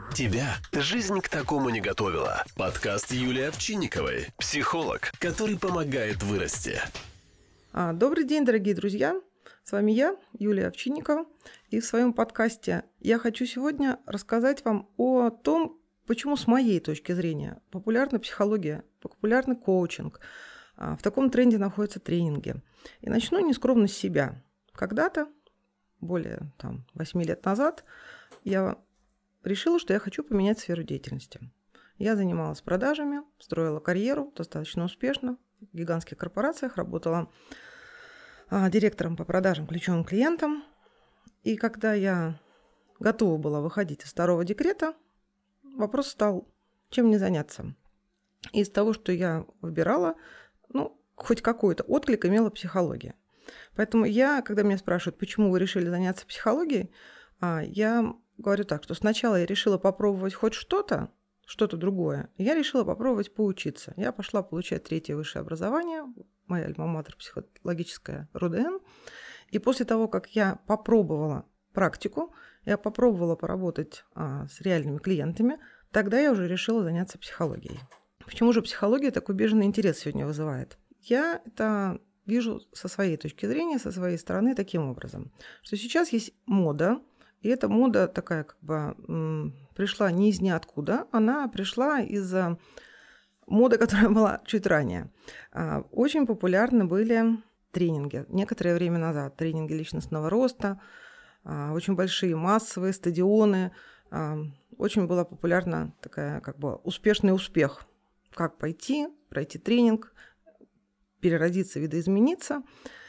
Тебя жизнь к такому не готовила. Подкаст Юлии Овчинниковой, психолог, который помогает вырасти. Добрый день, дорогие друзья! С вами я, Юлия Овчинникова, и в своем подкасте я хочу сегодня рассказать вам о том, почему с моей точки зрения популярна психология, популярный коучинг, в таком тренде находятся тренинги. И начну нескромно с себя. Когда-то, более 8 лет назад, я решила, что я хочу поменять сферу деятельности. Я занималась продажами, строила карьеру достаточно успешно в гигантских корпорациях, работала директором по продажам ключевым клиентам. И когда я готова была выходить из второго декрета, вопрос стал, чем мне заняться. И из того, что я выбирала, хоть какой-то отклик имела психология. Поэтому когда меня спрашивают, почему вы решили заняться психологией, я говорю так, что сначала я решила попробовать хоть что-то другое, и я решила попробовать поучиться. Я пошла получать 3-е высшее образование, моя альма-матер психологическая РУДН, и после того, как я попробовала практику, я попробовала поработать с реальными клиентами, тогда я уже решила заняться психологией. Почему же психология такой бешеный интерес сегодня вызывает? Я это вижу со своей точки зрения, со своей стороны таким образом, что сейчас есть мода, и эта мода такая пришла не из ниоткуда, она пришла из моды, которая была чуть ранее. Очень популярны были тренинги. Некоторое время назад тренинги личностного роста, очень большие массовые стадионы. Очень была популярна такая успешный успех. Как пройти тренинг, переродиться, видоизмениться.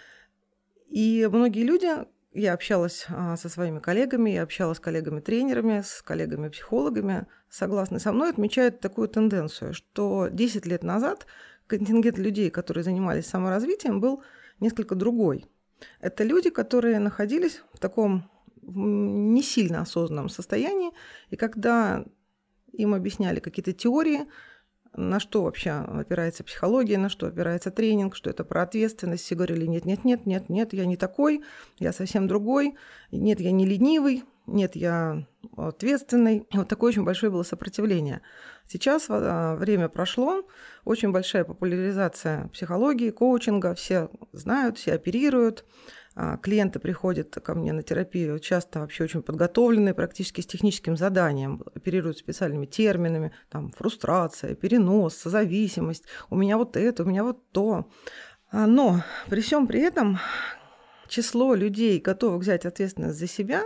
И многие люди... Я общалась со своими коллегами, я общалась с коллегами-тренерами, с коллегами-психологами, согласны со мной, отмечают такую тенденцию, что 10 лет назад контингент людей, которые занимались саморазвитием, был несколько другой. Это люди, которые находились в таком не сильно осознанном состоянии, и когда им объясняли какие-то теории, на что вообще опирается психология, на что опирается тренинг, что это про ответственность. Все говорили, нет, я не такой, я совсем другой, нет, я не ленивый, нет, я ответственный. И вот такое очень большое было сопротивление. Сейчас время прошло, очень большая популяризация психологии, коучинга, все знают, все оперируют. Клиенты приходят ко мне на терапию часто вообще очень подготовленные, практически с техническим заданием, оперируют специальными терминами, фрустрация, перенос, созависимость, у меня вот это, у меня вот то. Но при всем при этом число людей, готовых взять ответственность за себя,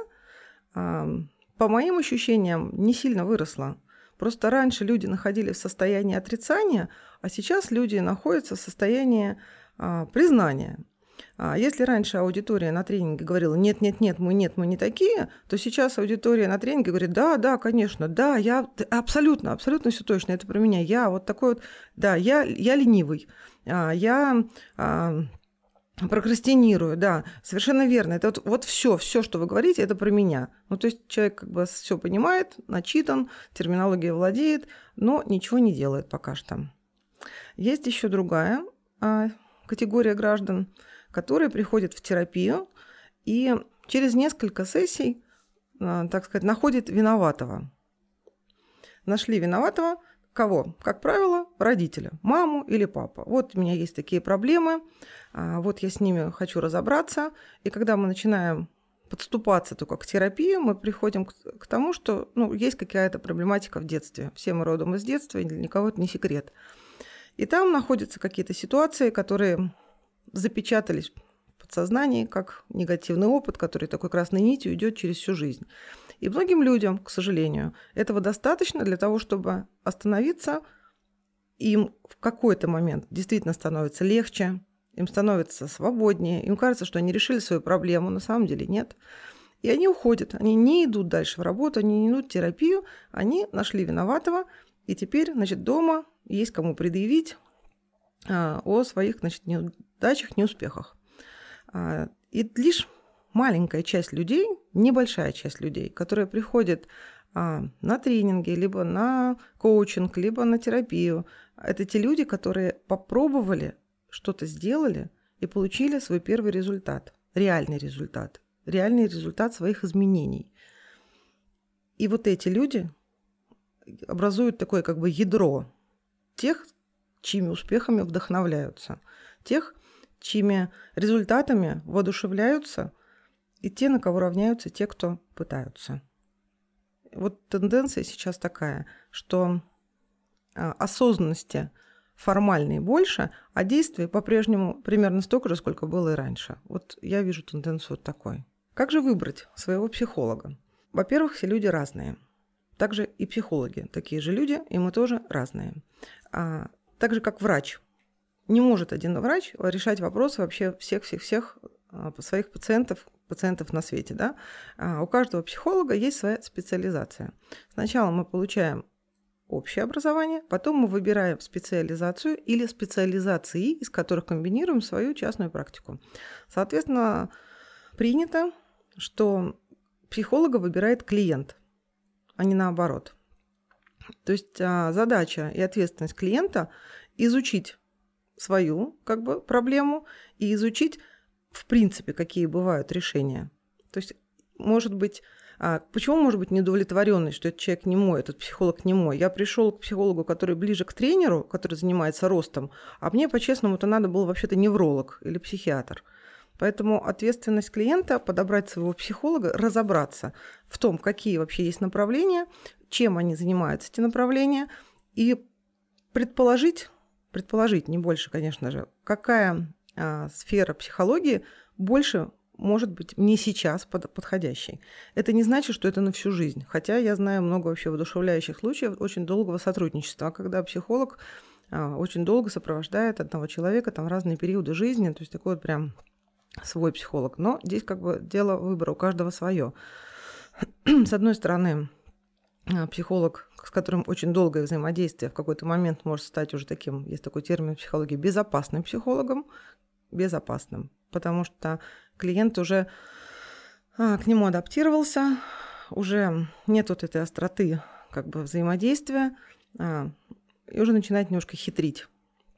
по моим ощущениям, не сильно выросло. Просто раньше люди находились в состоянии отрицания, а сейчас люди находятся в состоянии признания. Если раньше аудитория на тренинге говорила «нет, мы не такие», то сейчас аудитория на тренинге говорит «да, конечно, да, я абсолютно все точно, это про меня, я вот такой вот, да, я ленивый, я прокрастинирую, да, совершенно верно, это вот все, что вы говорите, это про меня». То есть человек все понимает, начитан, терминология владеет, но ничего не делает пока что. Есть еще другая категория граждан, которые приходят в терапию и через несколько сессий, находят виноватого. Нашли виноватого кого? Как правило, родителя, маму или папу. Вот у меня есть такие проблемы, вот я с ними хочу разобраться. И когда мы начинаем подступаться только к терапии, мы приходим к тому, что есть какая-то проблематика в детстве. Все мы родом из детства, и для никого это не секрет. И там находятся какие-то ситуации, которые запечатались в подсознании как негативный опыт, который такой красной нитью идет через всю жизнь. И многим людям, к сожалению, этого достаточно для того, чтобы остановиться. Им в какой-то момент действительно становится легче, им становится свободнее, им кажется, что они решили свою проблему, на самом деле нет. И они уходят, они не идут дальше в работу, они не идут в терапию, они нашли виноватого, и теперь, дома есть кому предъявить о своих, неудачах, неуспехах. И лишь маленькая часть людей, небольшая часть людей, которые приходят на тренинги, либо на коучинг, либо на терапию, это те люди, которые попробовали, что-то сделали и получили свой первый результат, реальный результат своих изменений. И вот эти люди образуют такое как бы ядро тех, чьими успехами вдохновляются, тех, чьими результатами воодушевляются, и те, на кого равняются те, кто пытаются. Вот тенденция сейчас такая, что осознанности формальной больше, а действий по-прежнему примерно столько же, сколько было и раньше. Вот я вижу тенденцию такой. Как же выбрать своего психолога? Во-первых, все люди разные. Также и психологи такие же люди, и мы тоже разные. Так же, как врач. Не может один врач решать вопросы вообще всех своих пациентов на свете. Да? У каждого психолога есть своя специализация. Сначала мы получаем общее образование, потом мы выбираем специализацию или специализации, из которых комбинируем свою частную практику. Соответственно, принято, что психолога выбирает клиент, а не наоборот. То есть задача и ответственность клиента – изучить свою проблему и изучить, в принципе, какие бывают решения. То есть, может быть, почему может быть неудовлетворенность, что этот человек не мой, этот психолог не мой? Я пришел к психологу, который ближе к тренеру, который занимается ростом, а мне, по-честному-то, надо было вообще-то невролог или психиатр. Поэтому ответственность клиента – подобрать своего психолога, разобраться в том, какие вообще есть направления, чем они занимаются, эти направления, и предположить, не больше, конечно же, какая сфера психологии больше может быть не сейчас подходящей. Это не значит, что это на всю жизнь. Хотя я знаю много вообще воодушевляющих случаев очень долгого сотрудничества, когда психолог очень долго сопровождает одного человека в разные периоды жизни, то есть такой вот прям свой психолог. Но здесь дело выбора, у каждого свое. С одной стороны, психолог, с которым очень долгое взаимодействие, в какой-то момент может стать уже таким, есть такой термин в психологии, безопасным психологом, безопасным, потому что клиент уже к нему адаптировался, уже нет вот этой остроты взаимодействия, и уже начинает немножко хитрить.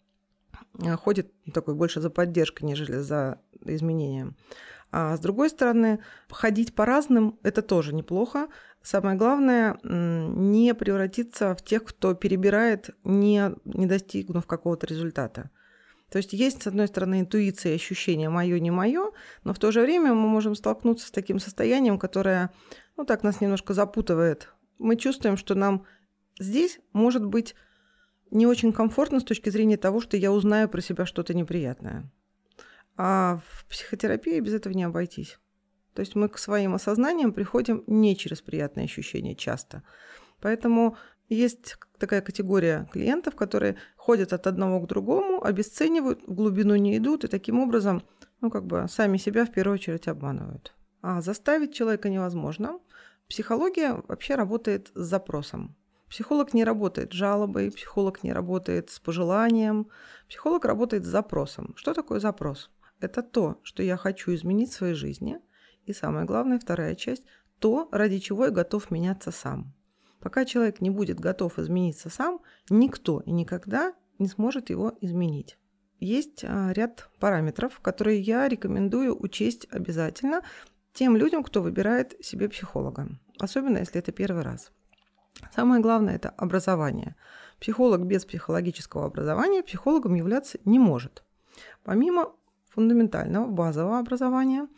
Ходит такой больше за поддержкой, нежели за изменением. А с другой стороны, ходить по разным – это тоже неплохо. Самое главное – не превратиться в тех, кто перебирает, не достигнув какого-то результата. То есть есть, с одной стороны, интуиция и ощущение «моё, не моё», но в то же время мы можем столкнуться с таким состоянием, которое так нас немножко запутывает. Мы чувствуем, что нам здесь может быть не очень комфортно с точки зрения того, что я узнаю про себя что-то неприятное. А в психотерапии без этого не обойтись. То есть мы к своим осознаниям приходим не через приятные ощущения часто. Поэтому есть такая категория клиентов, которые ходят от одного к другому, обесценивают, в глубину не идут и таким образом сами себя в первую очередь обманывают. А заставить человека невозможно. Психология вообще работает с запросом. Психолог не работает с жалобой, психолог не работает с пожеланием, психолог работает с запросом. Что такое запрос? Это то, что я хочу изменить в своей жизни. И самое главное, вторая часть, то, ради чего я готов меняться сам. Пока человек не будет готов измениться сам, никто и никогда не сможет его изменить. Есть ряд параметров, которые я рекомендую учесть обязательно тем людям, кто выбирает себе психолога, особенно если это первый раз. Самое главное – это образование. Психолог без психологического образования психологом являться не может. Помимо фундаментального, базового образования,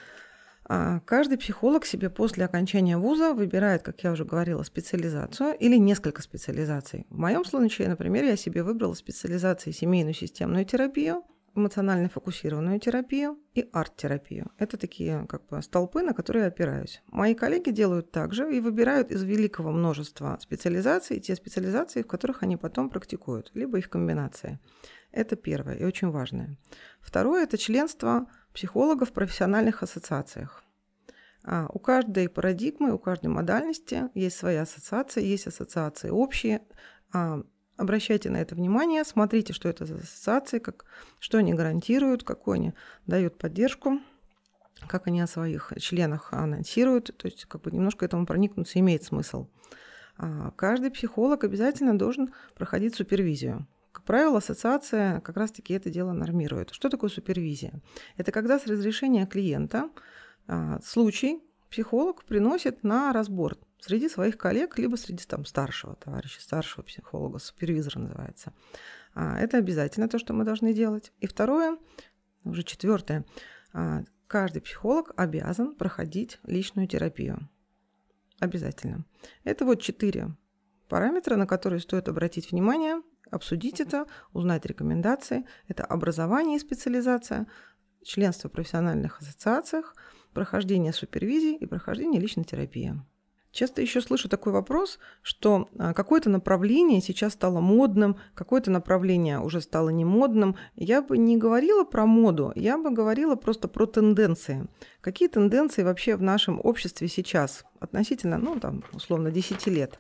каждый психолог себе после окончания вуза выбирает, как я уже говорила, специализацию или несколько специализаций. В моем случае, например, я себе выбрала специализации семейную системную терапию, эмоционально фокусированную терапию и арт-терапию. Это такие столпы, на которые я опираюсь. Мои коллеги делают так же и выбирают из великого множества специализаций те специализации, в которых они потом практикуют, либо их комбинации. Это первое и очень важное. Второе – это членство психологов в профессиональных ассоциациях. У каждой парадигмы, у каждой модальности есть свои ассоциации, есть ассоциации общие. Обращайте на это внимание, смотрите, что это за ассоциации, что они гарантируют, какую они дают поддержку, как они о своих членах анонсируют. То есть немножко этому проникнуться имеет смысл. Каждый психолог обязательно должен проходить супервизию. Как правило, ассоциация как раз-таки это дело нормирует. Что такое супервизия? Это когда с разрешения клиента случай психолог приносит на разбор среди своих коллег, либо среди там старшего товарища, старшего психолога, супервизора называется. Это обязательно то, что мы должны делать. И второе, уже четвертое, каждый психолог обязан проходить личную терапию. Обязательно. Это вот 4 параметра, на которые стоит обратить внимание, обсудить это, узнать рекомендации. Это образование и специализация, членство в профессиональных ассоциациях, прохождение супервизии и прохождение личной терапии. Часто еще слышу такой вопрос, что какое-то направление сейчас стало модным, какое-то направление уже стало не модным. Я бы не говорила про моду, я бы говорила просто про тенденции. Какие тенденции вообще в нашем обществе сейчас относительно, условно, 10 лет?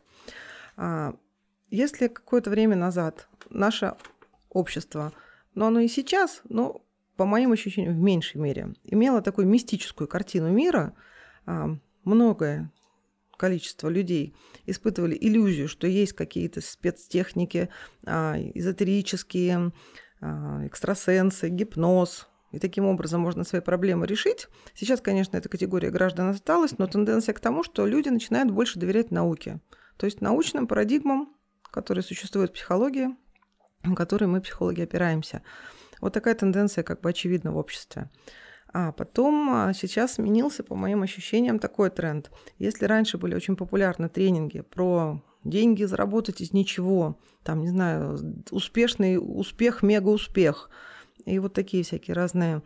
Если какое-то время назад наше общество, но оно и сейчас, но, по моим ощущениям, в меньшей мере, имело такую мистическую картину мира, многое количество людей испытывали иллюзию, что есть какие-то спецтехники, эзотерические, экстрасенсы, гипноз, и таким образом можно свои проблемы решить. Сейчас, конечно, эта категория граждан осталась, но тенденция к тому, что люди начинают больше доверять науке, то есть научным парадигмам, которые существуют в психологии, на которые мы, психологи, опираемся. Вот такая тенденция как бы очевидна в обществе. А потом сейчас сменился, по моим ощущениям, такой тренд. Если раньше были очень популярны тренинги про деньги заработать из ничего, успешный успех, мега-успех, и вот такие всякие разные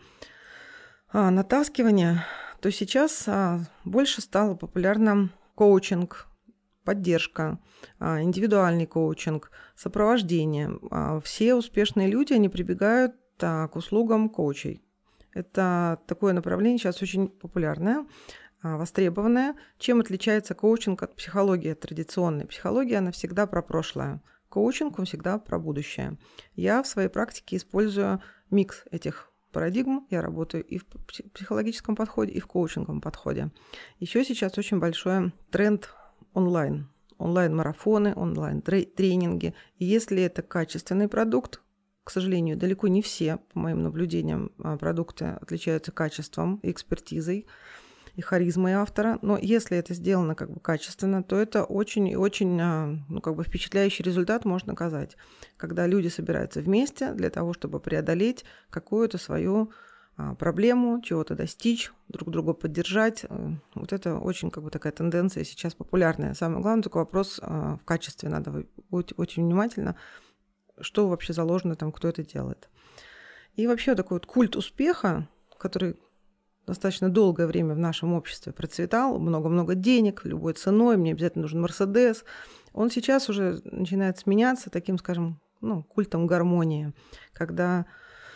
натаскивания, то сейчас больше стало популярным коучинг, поддержка, индивидуальный коучинг, сопровождение. Все успешные люди, они прибегают к услугам коучей. Это такое направление сейчас очень популярное, востребованное. Чем отличается коучинг от психологии традиционной? Психология, она всегда про прошлое. Коучинг, он всегда про будущее. Я в своей практике использую микс этих парадигм. Я работаю и в психологическом подходе, и в коучинговом подходе. Еще сейчас очень большой тренд онлайн. Онлайн-марафоны, онлайн-тренинги. И если это качественный продукт, к сожалению, далеко не все, по моим наблюдениям, продукты отличаются качеством и экспертизой, и харизмой автора. Но если это сделано как бы качественно, то это очень-очень впечатляющий результат можно оказать, когда люди собираются вместе для того, чтобы преодолеть какую-то свою проблему, чего-то достичь, друг друга поддержать. Вот это очень такая тенденция сейчас популярная. Самое главное, только вопрос в качестве. Надо быть очень внимательно, что вообще заложено там, кто это делает. И вообще такой вот культ успеха, который достаточно долгое время в нашем обществе процветал, много-много денег, любой ценой, мне обязательно нужен Мерседес, он сейчас уже начинает сменяться таким, скажем, культом гармонии, когда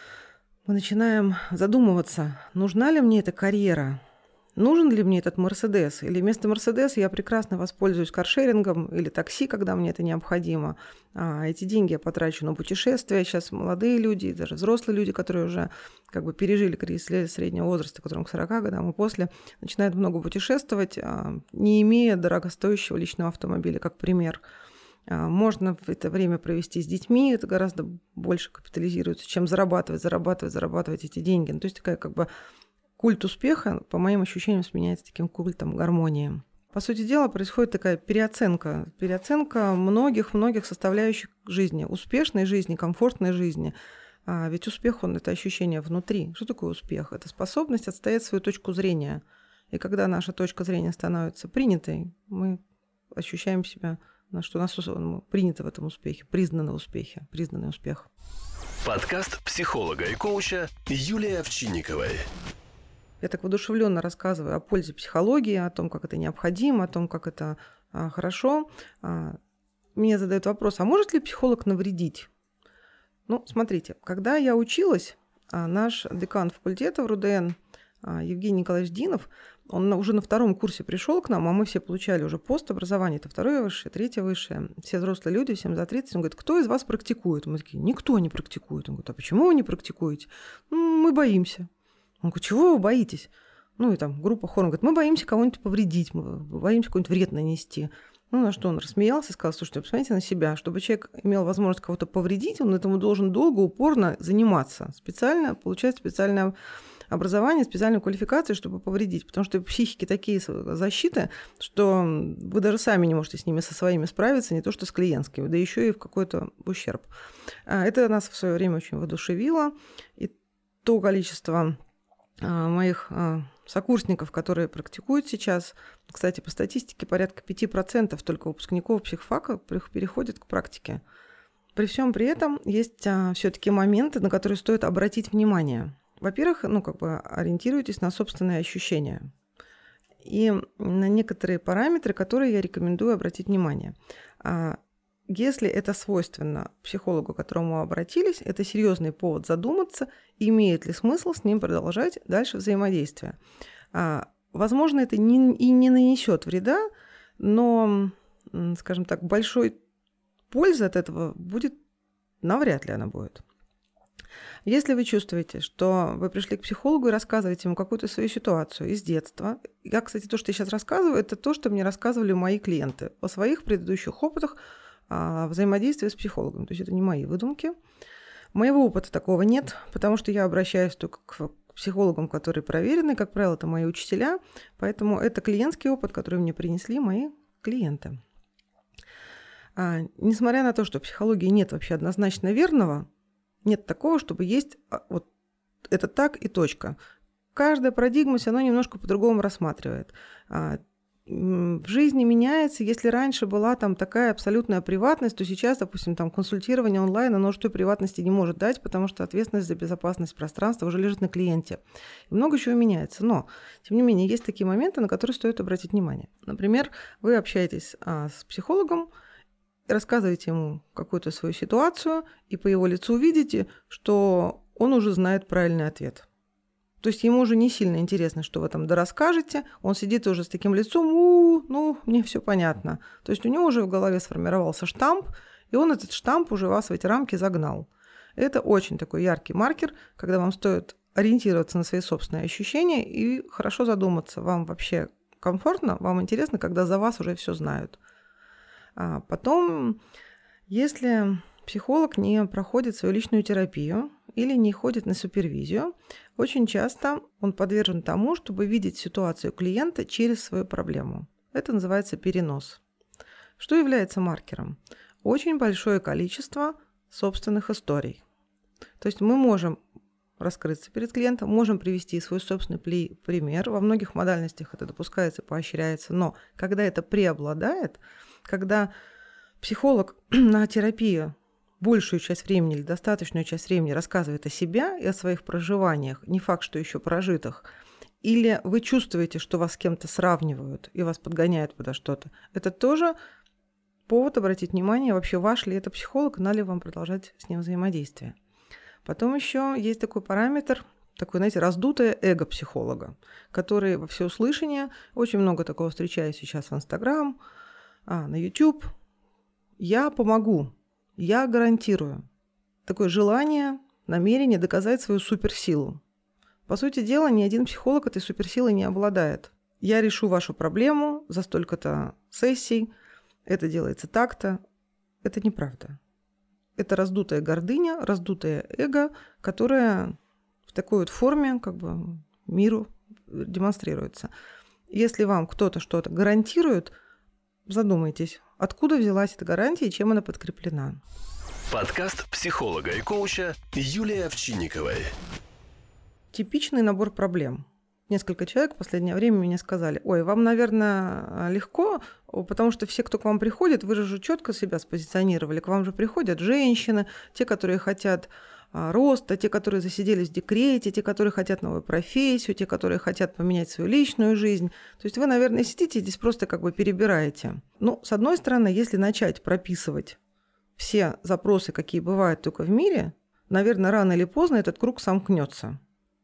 мы начинаем задумываться, нужна ли мне эта карьера, нужен ли мне этот Мерседес, или вместо Мерседеса я прекрасно воспользуюсь каршерингом или такси, когда мне это необходимо. Эти деньги я потрачу на путешествия. Сейчас молодые люди, даже взрослые люди, которые уже пережили кризис среднего возраста, которым к 40 годам и после, начинают много путешествовать, не имея дорогостоящего личного автомобиля, как пример. Можно в это время провести с детьми, это гораздо больше капитализируется, чем зарабатывать эти деньги. То есть такая культ успеха, по моим ощущениям, сменяется таким культом гармонии. По сути дела, происходит такая переоценка многих составляющих жизни, успешной жизни, комфортной жизни. Ведь успех, это ощущение внутри. Что такое успех? Это способность отстоять свою точку зрения. И когда наша точка зрения становится принятой, мы ощущаем себя, что нас принято в этом успехе, признанный успех. Подкаст психолога и коуча Юлии Овчинниковой. Я так воодушевленно рассказываю о пользе психологии, о том, как это необходимо, о том, как это хорошо. Мне задают вопрос, а может ли психолог навредить? Смотрите, когда я училась, наш декан факультета в РУДН Евгений Николаевич Динов, он уже на 2 курсе пришел к нам, а мы все получали уже постобразование, это 2 высшее, 3 высшее, все взрослые люди, всем за 30. Он говорит, кто из вас практикует? Мы такие, никто не практикует. Он говорит, а почему вы не практикуете? Мы боимся. Он говорит, чего вы боитесь? И там группа хором говорит, мы боимся кого-нибудь повредить, мы боимся какой-нибудь вред нанести. На что он рассмеялся и сказал, слушайте, посмотрите на себя, чтобы человек имел возможность кого-то повредить, он этому должен долго, упорно заниматься, получать специальное образование, специальную квалификацию, чтобы повредить, потому что у психики такие защиты, что вы даже сами не можете с ними со своими справиться, не то что с клиентскими, да еще и в какой-то ущерб. Это нас в свое время очень воодушевило, и то количество моих сокурсников, которые практикуют сейчас, кстати, по статистике порядка 5% только выпускников психфака переходят к практике. При всем при этом есть все-таки моменты, на которые стоит обратить внимание. Во-первых, ориентируйтесь на собственные ощущения и на некоторые параметры, которые я рекомендую обратить внимание. Если это свойственно психологу, к которому вы обратились, это серьезный повод задуматься, имеет ли смысл с ним продолжать дальше взаимодействие. Возможно, это и не нанесет вреда, но, скажем так, большой пользы от этого будет, навряд ли она будет. Если вы чувствуете, что вы пришли к психологу и рассказываете ему какую-то свою ситуацию из детства, кстати, то, что я сейчас рассказываю, это то, что мне рассказывали мои клиенты о своих предыдущих опытах взаимодействия с психологом. То есть это не мои выдумки. Моего опыта такого нет, потому что я обращаюсь только к психологам, которые проверены. Как правило, это мои учителя. Поэтому это клиентский опыт, который мне принесли мои клиенты. Несмотря на то, что в психологии нет вообще однозначно верного, нет такого, чтобы есть вот это так и точка. Каждая парадигма все равно немножко по-другому рассматривает. В жизни меняется. Если раньше была там такая абсолютная приватность, то сейчас, допустим, там консультирование онлайн, оно что и приватности не может дать, потому что ответственность за безопасность пространства уже лежит на клиенте. И много чего меняется. Но, тем не менее, есть такие моменты, на которые стоит обратить внимание. Например, вы общаетесь с психологом, рассказываете ему какую-то свою ситуацию, и по его лицу видите, что он уже знает правильный ответ. То есть ему уже не сильно интересно, что вы там дорасскажете. Он сидит уже с таким лицом, мне все понятно. То есть у него уже в голове сформировался штамп, и он этот штамп уже вас в эти рамки загнал. Это очень такой яркий маркер, когда вам стоит ориентироваться на свои собственные ощущения и хорошо задуматься, вам вообще комфортно, вам интересно, когда за вас уже все знают. А потом, если психолог не проходит свою личную терапию или не ходит на супервизию, очень часто он подвержен тому, чтобы видеть ситуацию клиента через свою проблему. Это называется перенос. Что является маркером? Очень большое количество собственных историй. То есть мы можем раскрыться перед клиентом, можем привести свой собственный пример. Во многих модальностях это допускается, поощряется, но когда это преобладает, когда психолог на терапии большую часть времени или достаточную часть времени рассказывает о себе и о своих проживаниях, не факт, что еще прожитых, или вы чувствуете, что вас с кем-то сравнивают и вас подгоняют подо что-то, это тоже повод обратить внимание, вообще ваш ли это психолог, надо ли вам продолжать с ним взаимодействие. Потом еще есть такой параметр, такое, знаете, раздутое эго психолога, который во всеуслышание, очень много такого встречаю сейчас в Инстаграм, на YouTube. Я помогу. Я гарантирую. Такое желание, намерение доказать свою суперсилу. По сути дела, ни один психолог этой суперсилой не обладает. Я решу вашу проблему за столько-то сессий, это делается так-то. Это неправда. Это раздутая гордыня, раздутое эго, которое в такой вот форме миру демонстрируется. Если вам кто-то что-то гарантирует, задумайтесь, откуда взялась эта гарантия и чем она подкреплена. Подкаст психолога и коуча Юлии Овчинниковой. Типичный набор проблем. Несколько человек в последнее время мне сказали: ой, вам, наверное, легко, потому что все, кто к вам приходит, вы же четко себя спозиционировали. К вам же приходят женщины, те, которые хотят роста, те, которые засиделись в декрете, те, которые хотят новую профессию, те, которые хотят поменять свою личную жизнь. То есть вы, наверное, сидите здесь просто перебираете. С одной стороны, если начать прописывать все запросы, какие бывают только в мире, наверное, рано или поздно этот круг сомкнется.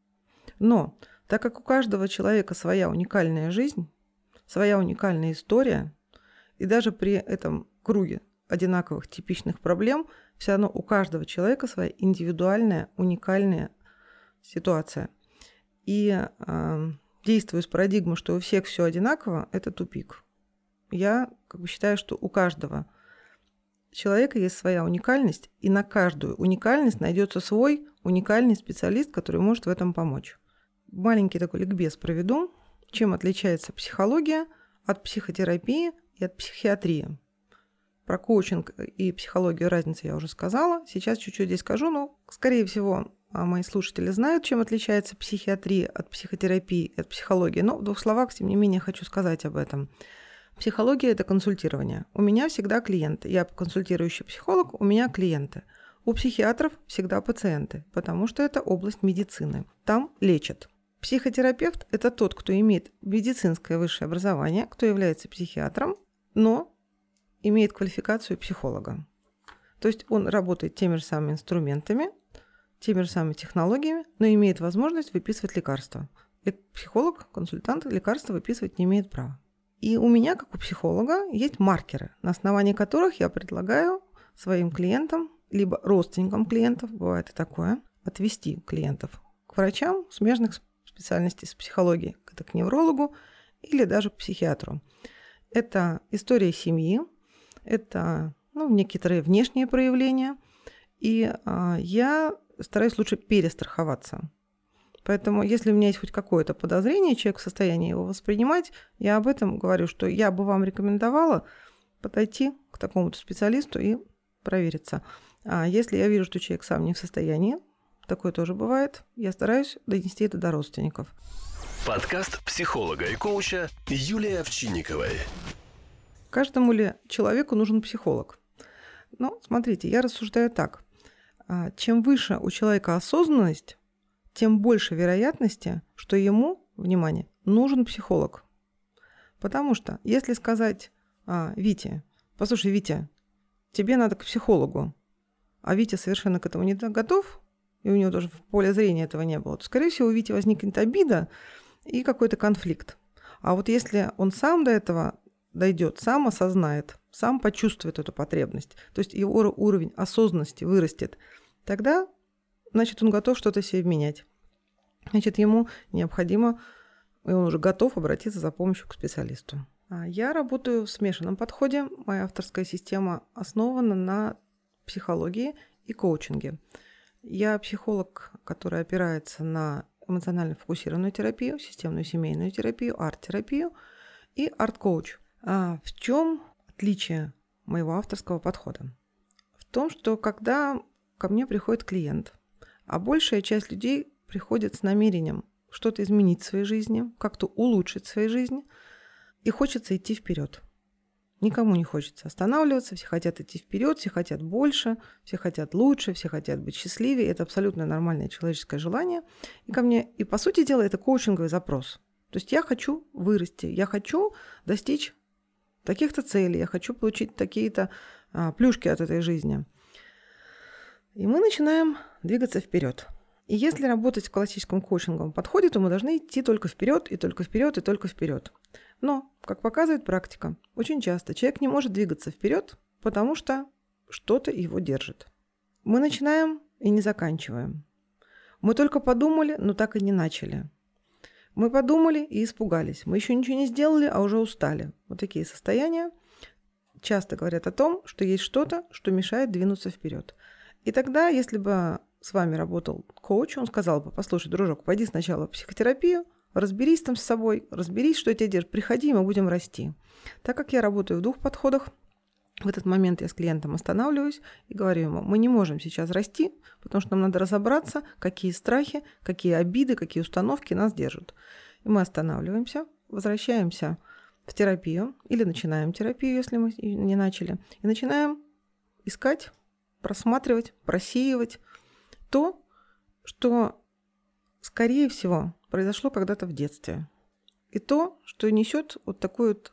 Но так как у каждого человека своя уникальная жизнь, своя уникальная история, и даже при этом круге одинаковых типичных проблем, все равно у каждого человека своя индивидуальная, уникальная ситуация. И действуя с парадигмой, что у всех все одинаково, это тупик. Я считаю, что у каждого человека есть своя уникальность, и на каждую уникальность найдется свой уникальный специалист, который может в этом помочь. маленький такой ликбез проведу, чем отличается психология от психотерапии и от психиатрии. Про коучинг и психологию разницу я уже сказала. Сейчас чуть-чуть здесь скажу, но, скорее всего, мои слушатели знают, чем отличается психиатрия от психотерапии и от психологии. Но в двух словах, тем не менее, хочу сказать об этом. Психология – это консультирование. У меня всегда клиенты. Я консультирующий психолог, у меня клиенты. У психиатров всегда пациенты, потому что это область медицины. Там лечат. Психотерапевт – это тот, кто имеет медицинское высшее образование, кто является психиатром, но имеет квалификацию психолога. То есть он работает теми же самыми инструментами, теми же самыми технологиями, но имеет возможность выписывать лекарства. Психолог, консультант лекарства выписывать не имеет права. И у меня, как у психолога, есть маркеры, на основании которых я предлагаю своим клиентам, либо родственникам клиентов, бывает и такое, отвести клиентов к врачам смежных специальностей с психологией, это к неврологу или даже к психиатру. Это история семьи, это некоторые внешние проявления, и я стараюсь лучше перестраховаться. Поэтому, если у меня есть хоть какое-то подозрение, человек в состоянии его воспринимать, я об этом говорю, что я бы вам рекомендовала подойти к такому-то специалисту и провериться. А если я вижу, что человек сам не в состоянии, такое тоже бывает, я стараюсь донести это до родственников. Подкаст психолога и коуча Юлии Овчинниковой. Каждому ли человеку нужен психолог? Смотрите, я рассуждаю так. Чем выше у человека осознанность, тем больше вероятности, что ему, внимание, нужен психолог. Потому что если сказать Вите, послушай, Витя, тебе надо к психологу, а Витя совершенно к этому не готов, и у него даже в поле зрения этого не было, то, скорее всего, у Вити возникнет обида и какой-то конфликт. А вот если он сам до этого дойдет, сам осознает, сам почувствует эту потребность, то есть его уровень осознанности вырастет, тогда, значит, он готов что-то себе менять. Значит, ему необходимо, и он уже готов обратиться за помощью к специалисту. Я работаю в смешанном подходе. Моя авторская система основана на психологии и коучинге. Я психолог, который опирается на эмоционально фокусированную терапию, системную семейную терапию, арт-терапию и арт-коуч. В чем отличие моего авторского подхода? В том, что когда ко мне приходит клиент, а большая часть людей приходит с намерением что-то изменить в своей жизни, как-то улучшить в своей жизни, и хочется идти вперед. Никому не хочется останавливаться, все хотят идти вперед, все хотят больше, все хотят лучше, все хотят быть счастливее. Это абсолютно нормальное человеческое желание. И ко мне, и по сути дела, это коучинговый запрос. То есть я хочу вырасти, я хочу достичь таких-то целей, я хочу получить такие-то плюшки от этой жизни. И мы начинаем двигаться вперед. И если работать в классическом коучинговом подходе, то мы должны идти только вперед, и только вперед, и только вперед. Но, как показывает практика, очень часто человек не может двигаться вперед, потому что что-то его держит. Мы начинаем и не заканчиваем. Мы только подумали, но так и не начали. Мы подумали и испугались. Мы еще ничего не сделали, а уже устали. Вот такие состояния часто говорят о том, что есть что-то, что мешает двинуться вперед. И тогда, если бы с вами работал коуч, он сказал бы: послушай, дружок, пойди сначала в психотерапию, разберись там с собой, разберись, что тебя держит, приходи, мы будем расти. Так как я работаю в двух подходах, в этот момент я с клиентом останавливаюсь и говорю ему: мы не можем сейчас расти, потому что нам надо разобраться, какие страхи, какие обиды, какие установки нас держат. И мы останавливаемся, возвращаемся в терапию или начинаем терапию, если мы не начали, и начинаем искать, просматривать, просеивать то, что, скорее всего, произошло когда-то в детстве. И то, что несет вот такой вот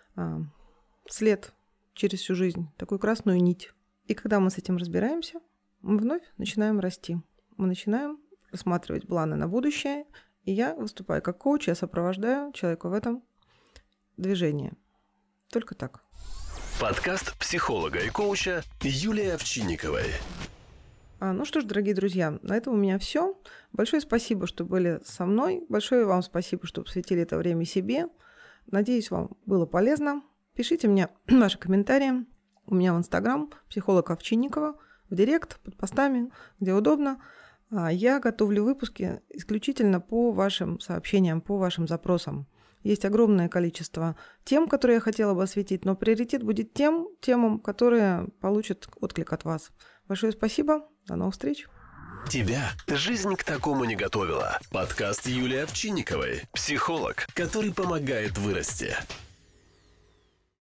след через всю жизнь, такую красную нить. И когда мы с этим разбираемся, мы вновь начинаем расти. Мы начинаем рассматривать планы на будущее, и я выступаю как коуч, я сопровождаю человека в этом движении. Только так. Подкаст психолога и коуча Юлии Овчинниковой. Ну что ж, дорогие друзья, на этом у меня все. Большое спасибо, что были со мной. Большое вам спасибо, что посвятили это время себе. Надеюсь, вам было полезно. Пишите мне ваши комментарии. У меня в Инстаграм психолог Овчинникова, в директ, под постами, где удобно. Я готовлю выпуски исключительно по вашим сообщениям, по вашим запросам. Есть огромное количество тем, которые я хотела бы осветить, но приоритет будет тем темам, которые получат отклик от вас. Большое спасибо. До новых встреч. Тебя жизнь к такому не готовила. Подкаст Юлии Овчинниковой. Психолог, который помогает вырасти.